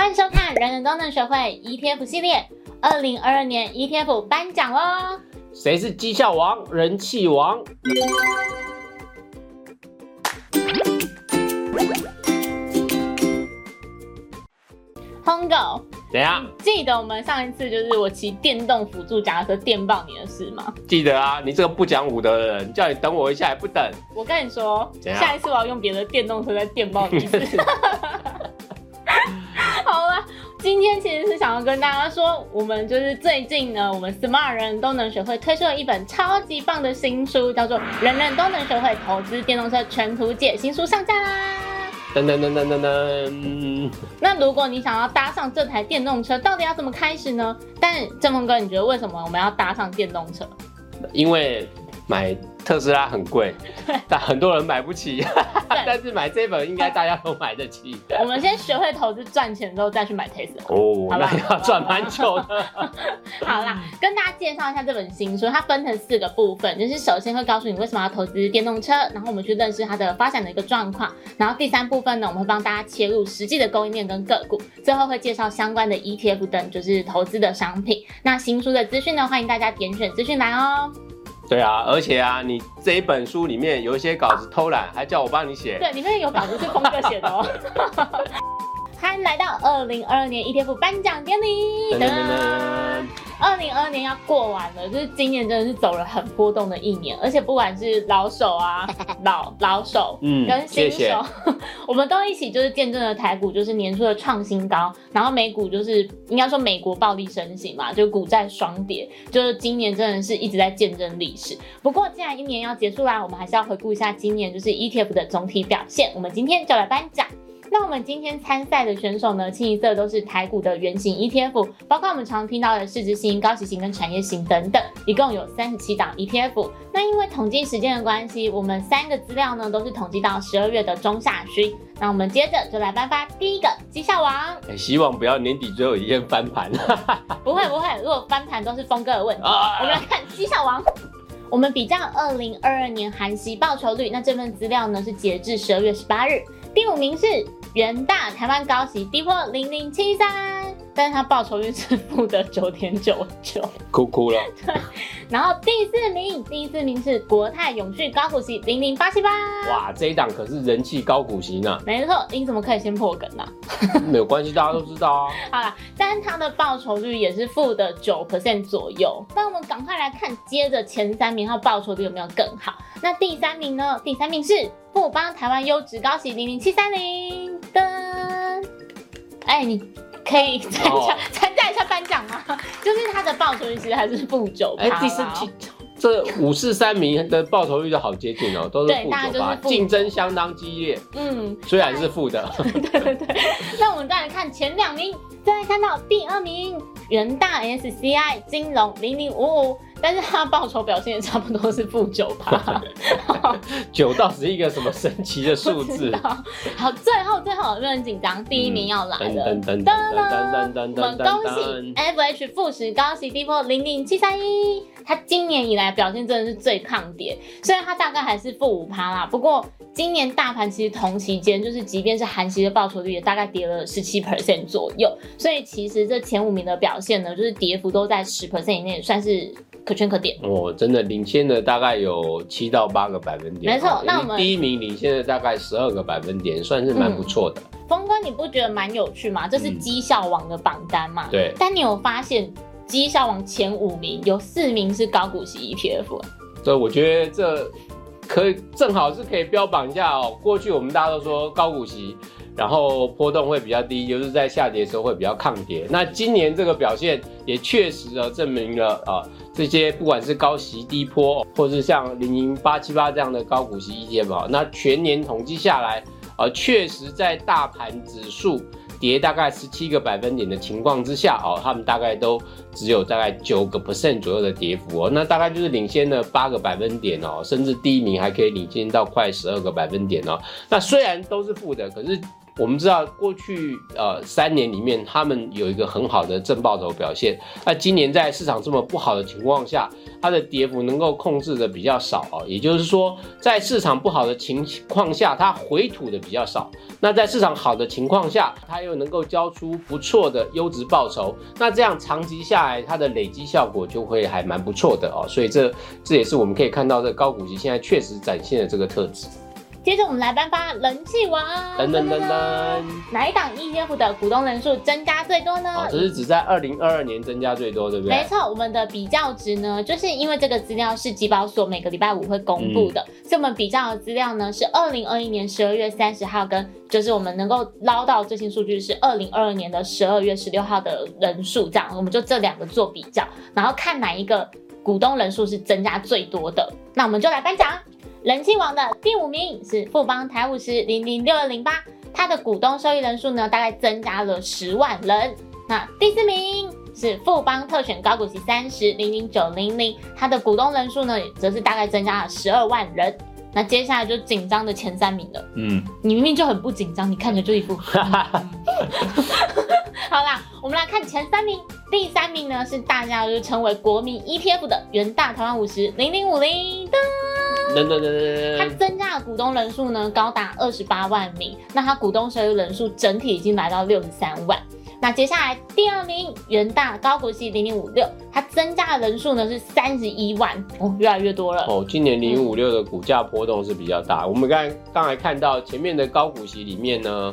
欢迎收看人人都能学会 ETF 系列2022年 ETF 颁奖咯。 谁是绩效王、人气王？ 红狗， 怎样？ 记得我们上一次就是我骑电动辅助脚踏车电爆你的事吗？ 记得啊，你这个不讲武德的人，叫你等我一下也不等。 我跟你说，下一次我要用别的电动车再电爆你一次。好了，今天其实是想要跟大家说，我们就是最近呢，我们 Smart 人都能学会推出了一本超级棒的新书，叫做《人人都能学会投资电动车全图解》，新书上架啦！ 噔噔噔噔噔噔。 那如果你想要搭上这台电动车，到底要怎么开始呢？但正峰哥，你觉得为什么我们要搭上电动车？ 因为买特斯拉很贵，但很多人买不起。但是买这本应该大家都买得起。 我们先学会投资赚钱之后再去买 Tesla。 哦，那要赚蛮久的。 好啦，跟大家介绍一下这本新书，它分成4个部分，就是首先会告诉你为什么要投资电动车，然后我们去认识它的发展的一个状况，然后第3部分呢，我们会帮大家切入实际的供应链跟个股，最后会介绍相关的 ETF 等就是投资的商品。那新书的资讯呢，欢迎大家点选资讯栏哦。 对啊，而且啊，你这一本书里面有一些稿子偷懒，还叫我帮你写。 对，里面有稿子是峰哥写的哦。欢迎来到2022年 ETF 颁奖典礼。 噔噔噔 2022年要过完了，就是今年真的是走了很波动的一年，而且不管是老手啊、老手跟新手， 谢谢我们都一起就是见证了台股就是年初的创新高，然后美股就是应该说美国暴力升息嘛，就股债双跌，就是今年真的是一直在见证历史。不过既然一年要结束啦，我们还是要回顾一下今年就是 ETF 的总体表现，我们今天就来颁奖。那我们今天参赛的选手呢，清一色都是台股的原型 ETF， 包括我们常听到的市值型、高息型跟产业型等等，一共有37档 ETF。那因为统计时间的关系，我们3个资料呢都是统计到12月的中下旬。那我们接着就来颁发第一个绩效王。 希望不要年底最后一天翻盘。 不会，如果翻盘都是峰哥的问题。我们来看绩效王。我们比较2022年含息报酬率，那这份资料呢是截至12月18日。第5名是元大台湾高息低波0073，但是它报酬率是负的 9.99， 哭了。 对，然后第4名是国泰永续高股息00878。 哇，这一档可是人气高股息呢。 没错，你怎么可以先破梗呢？ 没有关系，大家都知道啊。 好啦，但是它的报酬率也是负的 9% 左右。那我们赶快来看，接着前3名它报酬率有没有更好？那第3名呢？第3名是富邦台湾优质高息00730的。哎，你可以参加一下颁奖吗？就是它的报酬率其实还是负9%。 这5、4、3名的报酬率都好接近哦，都是负9%，竞争相当激烈。虽然是负的。 对。那我们再来看前2名，再来看到第2名元大 SCI 金融0055。但是它报酬表现也差不多是负9%。 9倒是一个什么神奇的数字？ 好，最后有没有很紧张？第1名要来了，我们恭喜 FH 富时高息低波00731，它今年以来表现真的是最抗跌，虽然它大概还是负5%啦，不过今年大盘其实同期间就是即便是含息的报酬率也大概跌了17% 左右，所以其实这前5名的表现呢，就是跌幅都在10% 以内，算是可圈可点哦，真的领先的大概有7到8个百分点， 没错。那我们第1名领先的大概12个百分点，算是蛮不错的。 峰哥，你不觉得蛮有趣吗？这是绩效王的榜单嘛？ 对。 但你有发现绩效王前5名有4名是高股息 ETF？ 这我觉得这可以正好是可以标榜一下哦。过去我们大家都说高股息，然后波动会比较低，就是在下跌的时候会比较抗跌。那今年这个表现也确实证明了这些不管是高息低波，或是像00878这样的高股息 ETF 那全年统计下来确实在大盘指数跌大概17个百分点的情况之下他们大概都只有大概9% 左右的跌幅那大概就是领先了8个百分点甚至第1名还可以领先到快12个百分点那虽然都是负的，可是我们知道过去3年里面，他们有一个很好的正报酬表现。那今年在市场这么不好的情况下，它的跌幅能够控制的比较少也就是说，在市场不好的情况下，它回吐的比较少。那在市场好的情况下，它又能够交出不错的优质报酬。那这样长期下来，它的累积效果就会还蛮不错的所以这也是我们可以看到，这个高股息现在确实展现了这个特质。 接着我们来颁发人气王， 噔噔噔噔， 哪一档 ETF 的股东人数增加最多呢？ 这是只在2022年增加最多，对不对？ 没错，我们的比较值呢，就是因为这个资料是集保所每个礼拜5会公布的，所以我们比较的资料呢是2021年12月30号跟就是我们能够捞到最新数据是2022年的12月16号的人数，这样我们就这2个做比较，然后看哪一个股东人数是增加最多的，那我们就来颁奖。人气王的第5名是富邦台50 006208，它的股东受益人数呢大概增加了10万人。那第4名是富邦特选高股息30 00900，它的股东人数呢则是大概增加了12万人。那接下来就紧张的前3名了。你明明就很不紧张，你看着就一副。好啦，我们来看前3名。第3名呢是大家就称为国民 ETF 的元大台湾50 0050的。它增加的股东人数呢高达28万名，那它股东受益人数整体已经来到63万。那接下来第2名元大高股息0056，它增加的人数呢是31万越来越多了今年0056的股价波动是比较大。我们刚才看到前面的高股息里面呢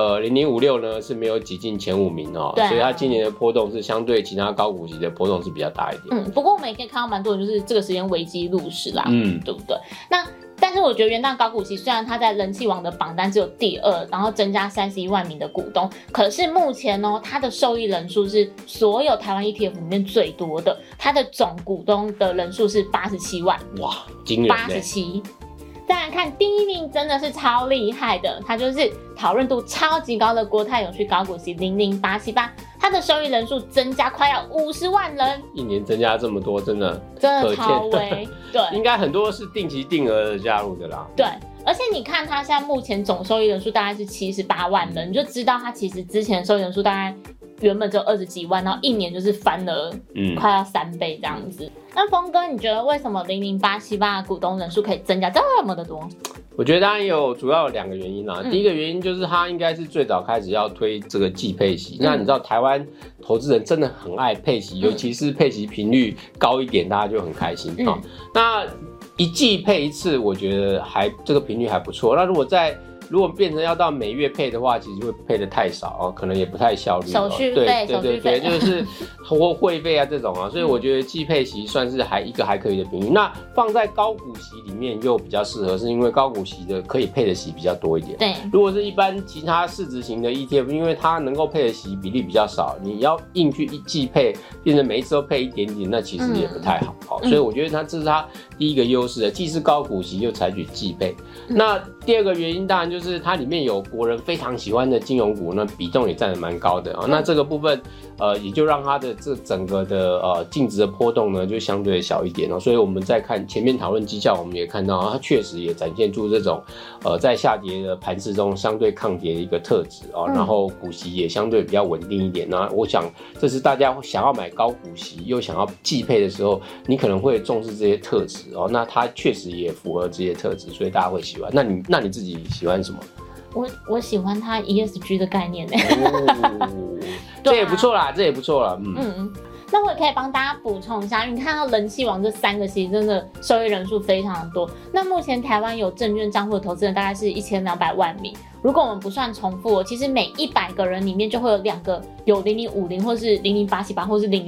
0056呢是没有挤进前5名所以它今年的波动是相对其他高股息的波动是比较大一点。 不过我们也可以看到蛮多人就是这个时间危机入市啦，对不对？但是我觉得元大高股息虽然它在人气王的榜单只有第2，然后增加31万名的股东，可是目前它的受益人数是所有台湾 ETF 里面最多的，它的总股东的人数是87万， 哇，惊人 87。再来看第1名，真的是超厉害的，它就是讨论度超级高的国泰永续高股息00878，它的受益人数增加快要50万人， 一年增加这么多，真的超威。对， 应该很多是定期定额的加入的啦。 对，而且你看它现在目前总受益人数大概是78万人，你就知道它其实之前受益人数大概原本只有20几万，然后1年就是翻了快要3倍这样子。那峰哥，你觉得为什么00878的股东人数可以增加这么的多？ 我觉得当然主要有2个原因啦。第一个原因就是它应该是最早开始要推这个季配息。那你知道台湾投资人真的很爱配息，尤其是配息频率高一点，大家就很开心那一季配一次，我觉得这个频率还不错。那如果变成要到每月配的话，其实会配的太少可能也不太效率。 手续费， 对，就是会费这种所以我觉得季配息算是一个还可以的频率。那放在高股息里面又比较适合，是因为高股息的可以配的息比较多一点。 对， 如果是一般其他市值型的 ETF， 因为它能够配的息比例比较少，你要硬去一季配，变成每一次都配一点点，那其实也不太好所以我觉得这是它第一个优势既是高股息又采取季配。那第2个原因当然就是它里面有国人非常喜欢的金融股，那比重也占得蛮高的那这个部分也就让它的这整个的净值的波动呢就相对小一点所以我们在看前面讨论绩效，我们也看到它确实也展现出这种在下跌的盘势中相对抗跌的一个特质然后股息也相对比较稳定一点。那我想这是大家想要买高股息又想要季配的时候，你可能会重视这些特质那它确实也符合这些特质，所以大家会喜欢。那你自己喜欢什么？ 我喜欢它 ESG 的概念这也不错啦， 那我也可以帮大家补充一下，你看到人气王这3个其实真的受益人数非常的多。那目前台湾有证券账户的投资人大概是1200万名，如果我们不算重复其实每100个人里面就会有2个有0050或是00878或是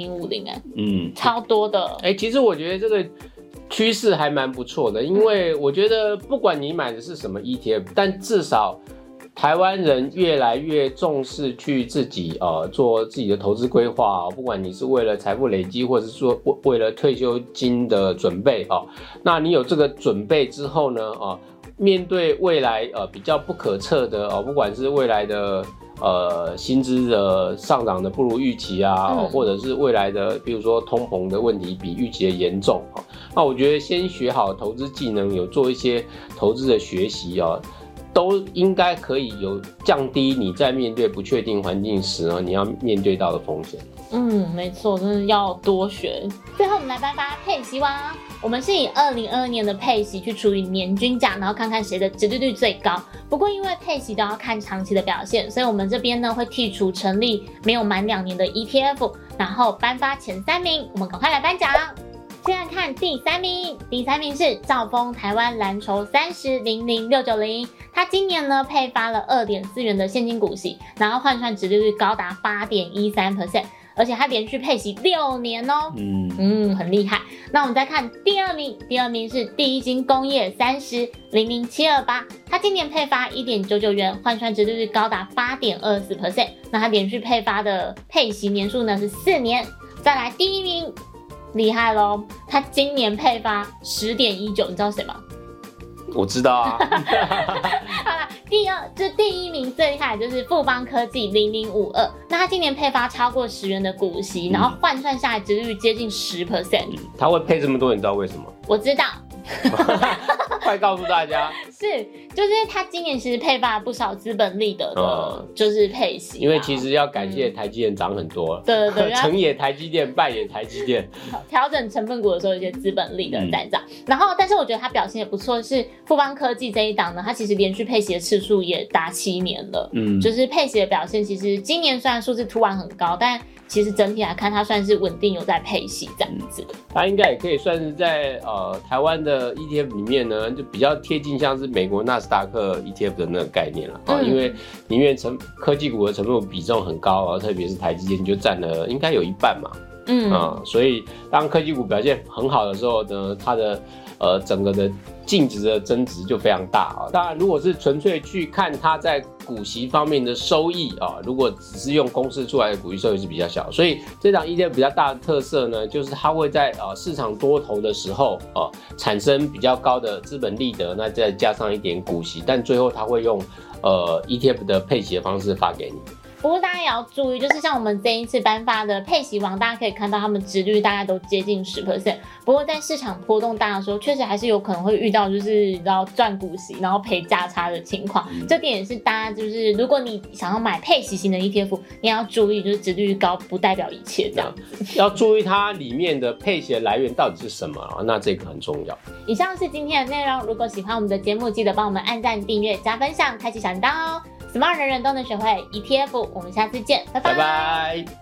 0050超多的其实我觉得这个趋势还蛮不错的，因为我觉得不管你买的是什么 ETF， 但至少台湾人越来越重视去自己做自己的投资规划不管你是为了财富累积，或者是说为了退休金的准备那你有这个准备之后呢面对未来比较不可测的不管是未来的薪资的上涨的不如预期或者是未来的比如说通膨的问题比预期的严重那我觉得先学好投资技能，有做一些投资的学习都应该可以有降低你在面对不确定环境时呢，你要面对到的风险。 没错，真的要多学。最后我们来颁发配息王，我们是以2022年的配息去除以年均价，然后看看谁的殖利率最高。不过因为配息都要看长期的表现，所以我们这边呢会剔除成立没有满2年的 ETF， 然后颁发前3名，我们赶快来颁奖。现在看第3名，第3名是兆丰台湾蓝筹30-00-690，它今年呢配发了2.4元的现金股息，然后换算殖利率高达 8.13%， 而且它连续配息6年哦，很厉害。那我们再看第2名，第2名是第一金工业30-00728，它今年配发 1.99元，换算殖利率高达 8.24%， 那它连续配发的配息年数呢是4年。再来第1名。厉害咯，他今年配发 10.19， 你知道谁吗？ 我知道啊。 好啦，第1名最厉害的就是富邦科技0052，那他今年配发超过10元的股息，然后换算下来殖利率接近 10%。 他会配这么多，你知道为什么？ 我知道。 快告诉大家， 就是他今年其实配发了不少资本利得的，就是配息。 因为其实要感谢台积电涨很多， 对， 成也台积电，败也台积电。 调整成分股的时候，有一些资本利得在涨。然后，但是我觉得他表现也不错，是富邦科技这一档呢，它其实连续配息的次数也达7年了。就是配息的表现，其实今年虽然数字突然很高，但其实整体来看，它算是稳定有在配息这样子。 它应该也可以算是在台湾的 ETF 里面呢，就比较贴近像是美国纳斯达克 ETF 的那个概念了。因为里面科技股的成分比重很高，特别是台积电就占了应该有1半嘛。所以当科技股表现很好的时候呢，它的整个的净值的增值就非常大啊。当然，如果是纯粹去看它在股息方面的收益啊，如果只是用公式出来的股息收益是比较小，所以这档 ETF 比较大的特色呢，就是它会在市场多头的时候产生比较高的资本利得，那再加上一点股息，但最后它会用ETF 的配息的方式发给你。 不过大家也要注意，就是像我们这一次颁发的配息王，大家可以看到他们殖利率大概都接近 10%。不过在市场波动大的时候，确实还是有可能会遇到就是你知道赚股息然后赔价差的情况。这点也是大家就是如果你想要买配息型的 ETF， 你要注意，就是殖利率高不代表一切这样子。 要注意它里面的配息的来源到底是什么，那这个很重要。 以上是今天的内容，如果喜欢我们的节目，记得帮我们按赞、订阅、加分享、开启小铃铛哦。Smart 人人都能学会 ETF， 我们下次见，拜拜。